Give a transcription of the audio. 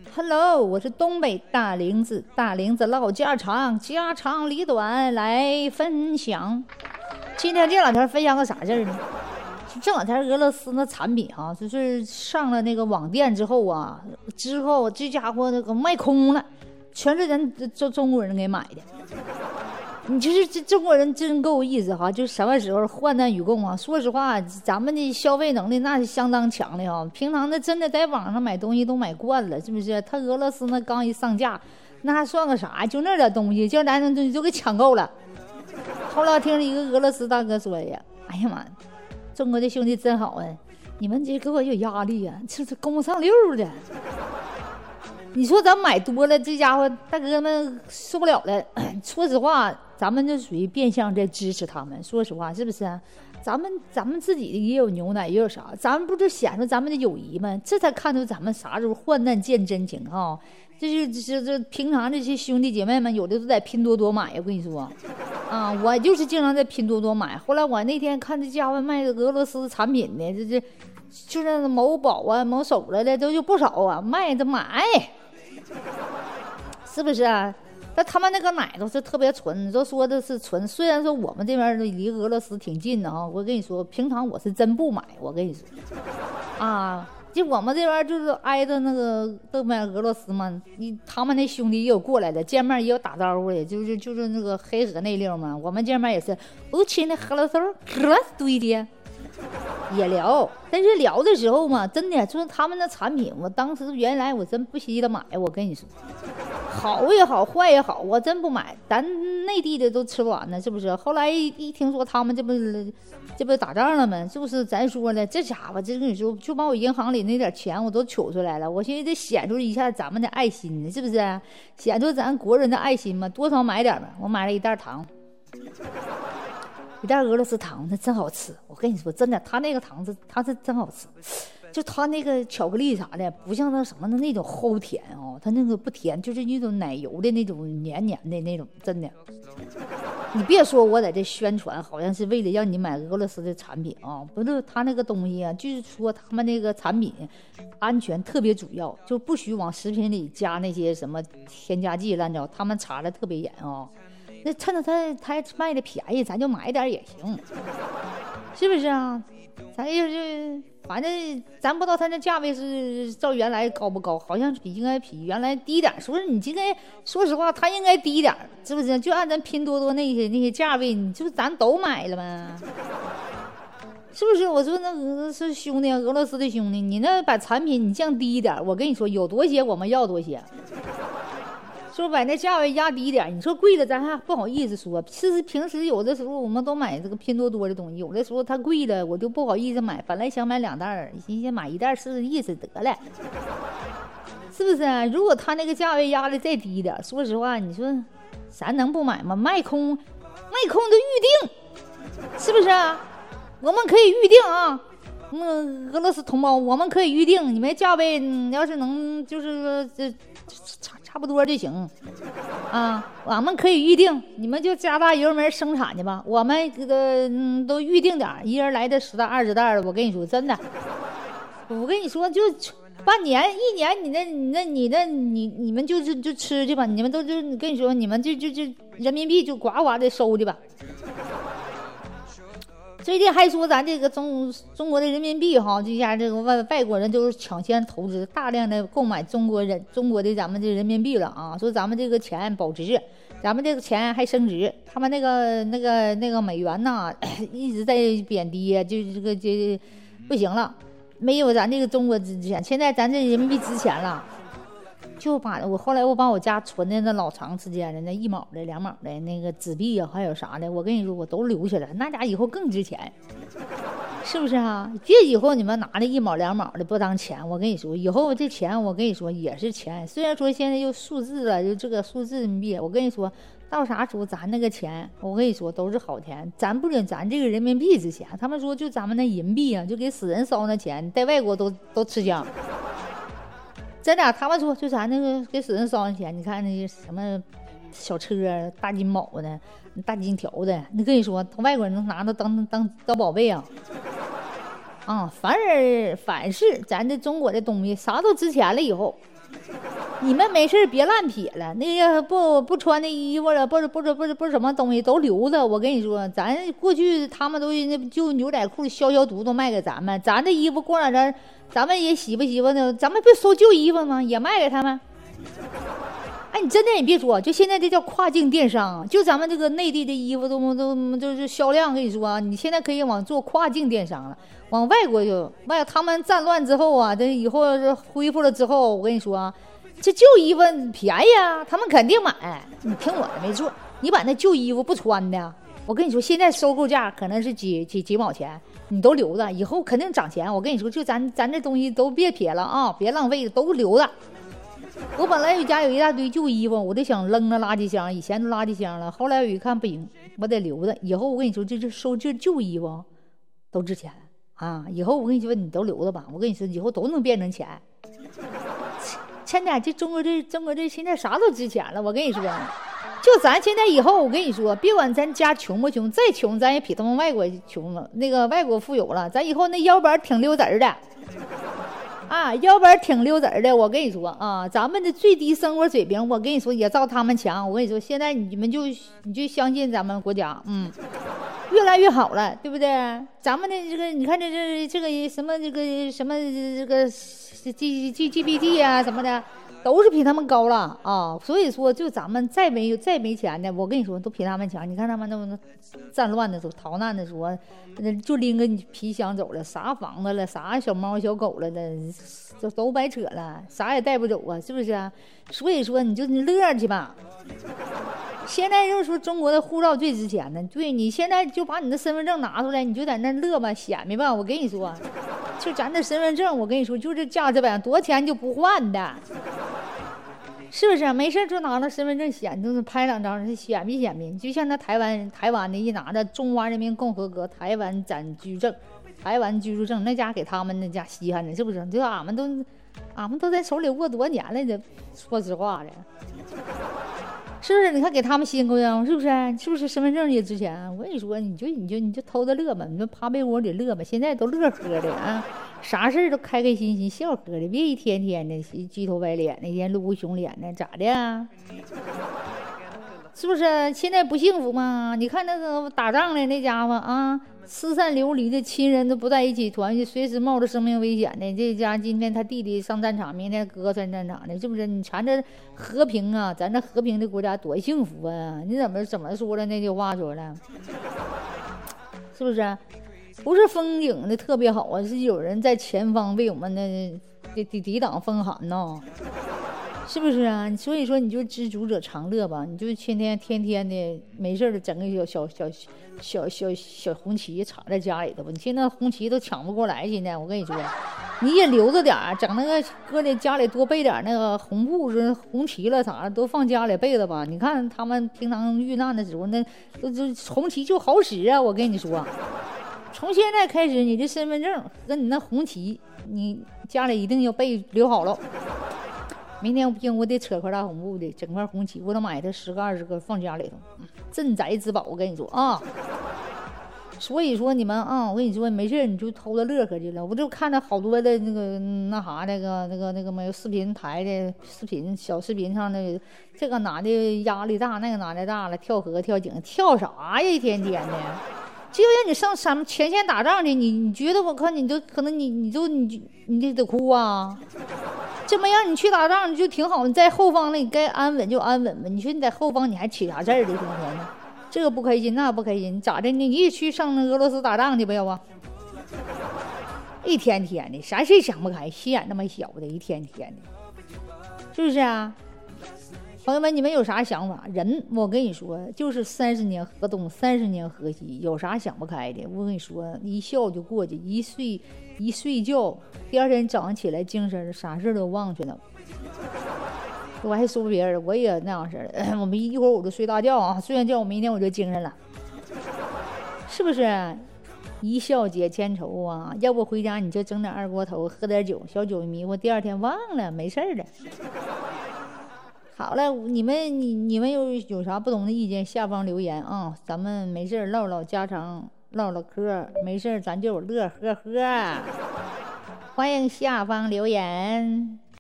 Hello，我是东北大玲子，大玲子唠家常，家长里短来分享。今天这两天分享个啥事儿呢？这两天俄罗斯那产品啊，就是上了那个网店之后啊，这家伙那个卖空了，全是人中国人给买的。你就是这中国人真够意思哈，就什么时候患难与共啊！说实话，咱们的消费能力那是相当强的哈。平常的真的在网上买东西都买惯了，是不是？他俄罗斯那刚一上架，那还算个啥？就那点东西，就咱东西就给抢购了。后来听了一个俄罗斯大哥说呀：“哎呀妈，中国的兄弟真好啊，你们这给我有压力啊，这跟不上溜的。”你说咱买多了，这家伙大哥们受不了了。说实话，咱们就属于变相在支持他们。说实话，是不是啊？咱们自己也有牛奶，也有啥，咱们不就显出咱们的友谊吗？这才看出咱们啥时候患难见真情哈。这平常这些兄弟姐妹们，有的都在拼多多买呀。我跟你说，啊，我就是经常在拼多多买。后来我那天看这家伙卖的俄罗斯产品的，就是某宝啊、某手的都有不少啊，卖的买。是不是啊？但他们那个奶都是特别纯，都说的是纯。虽然说我们这边离俄罗斯挺近的啊，我跟你说，平常我是真不买。我跟你说，啊，就我们这边就是挨着那个对面俄罗斯嘛，他们那兄弟也有过来的，见面也有打招呼的，就是那个黑河那溜嘛。我们见面也是，亲的喝了手，喝对的。也聊，但是聊的时候嘛，真的就是他们的产品，我当时原来我真不稀得买。我跟你说，好也好，坏也好，我真不买。咱内地的都吃不完呢，是不是？后来一听说他们这不打仗了吗？是不是？咱说了，这家伙这跟你说，就把我银行里那点钱我都取出来了。我现在得显出一下咱们的爱心呢，是不是？显出咱国人的爱心嘛，多少买点吧。我买了一袋糖。一袋俄罗斯糖，那真好吃。我跟你说，真的，他那个糖它是真好吃。就他那个巧克力啥的，不像那什么的那种齁甜哦，他那个不甜，就是那种奶油的那种黏黏的那种，真的。你别说我在这宣传，好像是为了让你买俄罗斯的产品啊，不是他那个东西啊，就是说他们那个产品安全特别主要，就不许往食品里加那些什么添加剂乱糟，他们查的特别严啊。那趁着他卖的便宜，咱就买点也行，是不是啊？咱就是反正咱不知道他那价位是照原来高不高，好像应该比原来低点。说你应该说实话，他应该低点，是不是？就按咱拼多多那些价位，你就咱都买了吗？是不是？我说那是兄弟，俄罗斯的兄弟，你那把产品你降低一点，我跟你说，有多些我们要多些。说把那价位压低一点，你说贵了咱还不好意思说。其实平时有的时候我们都买这个拼多多的东西，有的时候它贵了我就不好意思买，本来想买2袋，寻思买1袋试试意思得了，是不是啊？如果他那个价位压的再低一点，说实话，你说咱能不买吗？卖空都预定，是不是啊？我们可以预定啊。俄罗斯同胞，我们可以预定，你们价位要是能就是说这差不多就行啊，我们可以预定，你们就加大油门生产去吧，我们都预定点，一人来的10袋20袋的。我跟你说真的，我跟你说就半年1年，你们就吃去吧，你们都跟你说你们就人民币就呱呱的收去吧。最近还说咱这个中国的人民币哈，这下这个外国人都是抢先投资，大量的购买中国的咱们这人民币了啊！说咱们这个钱保值，咱们这个钱还升值，他们那个美元呐一直在贬低，就这个不行了，没有咱这个中国值钱，现在咱这人民币值钱了。就后来我把我家存的那老长时间的那1毛的2毛的那个纸币啊，还有啥的，我跟你说我都留下来，那家以后更值钱，是不是啊？别以后你们拿那1毛2毛的不当钱，我跟你说，以后这钱我跟你说也是钱。虽然说现在又数字了，就这个数字人民币，我跟你说到啥时候咱那个钱，我跟你说都是好钱。咱不仅咱这个人民币值钱，他们说就咱们那银币啊，就给死人烧那钱，在外国都吃香。真的，他们说就咱那个给死人烧的钱，你看那些什么小车、大金宝的、大金条的，你跟你说，外国人都拿着当宝贝啊！啊，凡是咱这中国的东西，啥都值钱了以后， 你们没事别乱撇了，那个不穿的衣服了，不是什么东西都留着。我跟你说，咱过去他们都那就牛仔裤消毒都卖给咱们，咱的衣服过两天咱们也洗吧呢，咱们不收旧衣服吗？也卖给他们。哎，你真的你别说，就现在这叫跨境电商，就咱们这个内地的衣服都是销量，跟你说啊，你现在可以往做跨境电商了，往外国就他们战乱之后啊，这以后是恢复了之后，我跟你说啊。这旧衣服便宜啊，他们肯定买。你听我的没错，你把那旧衣服不穿的，我跟你说，现在收购价可能是几毛钱，你都留着，以后肯定涨钱。我跟你说，就咱这东西都别撇了啊，别浪费了，都留着。我本来家有一大堆旧衣服，我都想扔了垃圾箱，以前都垃圾箱了，后来我一看不行，我得留着。以后我跟你说，这收这旧衣服都值钱啊！以后我跟你说，你都留着吧。我跟你说，以后都能变成钱。现在这中国这现在啥都值钱了，我跟你说，就咱现在以后，我跟你说，别管咱家穷不穷，再穷咱也比他们外国穷了，那个外国富有了，咱以后那腰板挺溜直的，啊，腰板挺溜直的，我跟你说啊，咱们的最低生活水平，我跟你说也照他们强，我跟你说，现在你就相信咱们国家，越来越好了，对不对？咱们的这个，你看这个什么这个什么这个。GPT 啊什么的都是比他们高了啊，所以说就咱们再没钱的，我跟你说都比他们强。你看他们那战乱的时候、逃难的时候，就拎个皮箱走了，啥房子了，啥小猫小狗了的，都白扯了，啥也带不走啊，是不是啊？所以说你就乐去吧。现在又说中国的护照最值钱呢，对，你现在就把你的身份证拿出来，你就在那乐吧，显摆吧。我跟你说，就咱这身份证，我跟你说，就这价值版，多钱就不换的，是不是？没事就拿着身份证显，就是拍两张，显摆。就像那台湾的一拿着中华人民共和国台湾暂居证、台湾居住证，那家给他们那家稀罕的，是不是？就俺们都在手里握多年了，这说实话的。是不是？你看给他们辛苦呀，是不是？是不是身份证也值钱？我跟你说，你就偷着乐吧，你就趴被窝里乐吧。现在都乐呵的啊，啥事都开心心笑呵的，别一天天的鸡头白脸，那天露熊脸的，咋的呀？是不是？现在不幸福吗？你看那个打仗的那家伙啊，四散流离的亲人都不在一起团聚，随时冒着生命危险的。这家今天他弟弟上战场，明天哥哥上战场的，是不是？你瞧这和平啊，咱这和平的国家多幸福啊！你怎么说的那句话说的？是不是？不是风景的特别好啊，是有人在前方为我们的抵挡风寒呢。是不是啊？所以说你就知足者常乐吧，你就天天的没事的整个小红旗插在家里头吧。你现在红旗都抢不过来，现在我跟你说，你也留着点，整那个搁在家里多备点那个红布、红旗了啥的，都放家里备着吧。你看他们平常遇难的时候，那红旗就好使啊！我跟你说，从现在开始，你的身份证和你那红旗，你家里一定要留好了。明天不行，我得扯块大红布的，整块红旗，我得买它10个20个放家里头，镇宅之宝。我跟你说啊，所以说你们啊，我跟你说没事你就偷着乐呵去了。我就看着好多的那个没有视频台的小视频上的，这个男的压力大，那个男的大了，跳河跳井，跳啥呀？一天天的。就让你上前线打仗去，你觉得我看你都可能你得哭啊！这么让你去打仗，你就挺好。你在后方，那你该安稳就安稳吧。你说你在后方，你还起啥事儿的？天天的，这个不开心，那不开心，咋的？你也去上俄罗斯打仗去吧，要不？一天天的，啥事想不开，心眼那么小的，一天天的，是不是啊？朋友们，你们有啥想法？人，我跟你说，就是30年河东，30年河西，有啥想不开的？我跟你说，一笑就过去，一睡觉，第二天早上起来精神，啥事都忘去了。我还说别人，我也那样式的。我们一会儿我就睡大觉啊，睡完觉我明天我就精神了，是不是？一笑解千愁啊！要不回家你就整点二锅头，喝点酒，小酒迷糊，第二天忘了，没事的。好了，你们有啥不同的意见，下方留言啊！咱们没事唠唠家常，唠唠嗑，没事咱就乐呵呵。欢迎下方留言。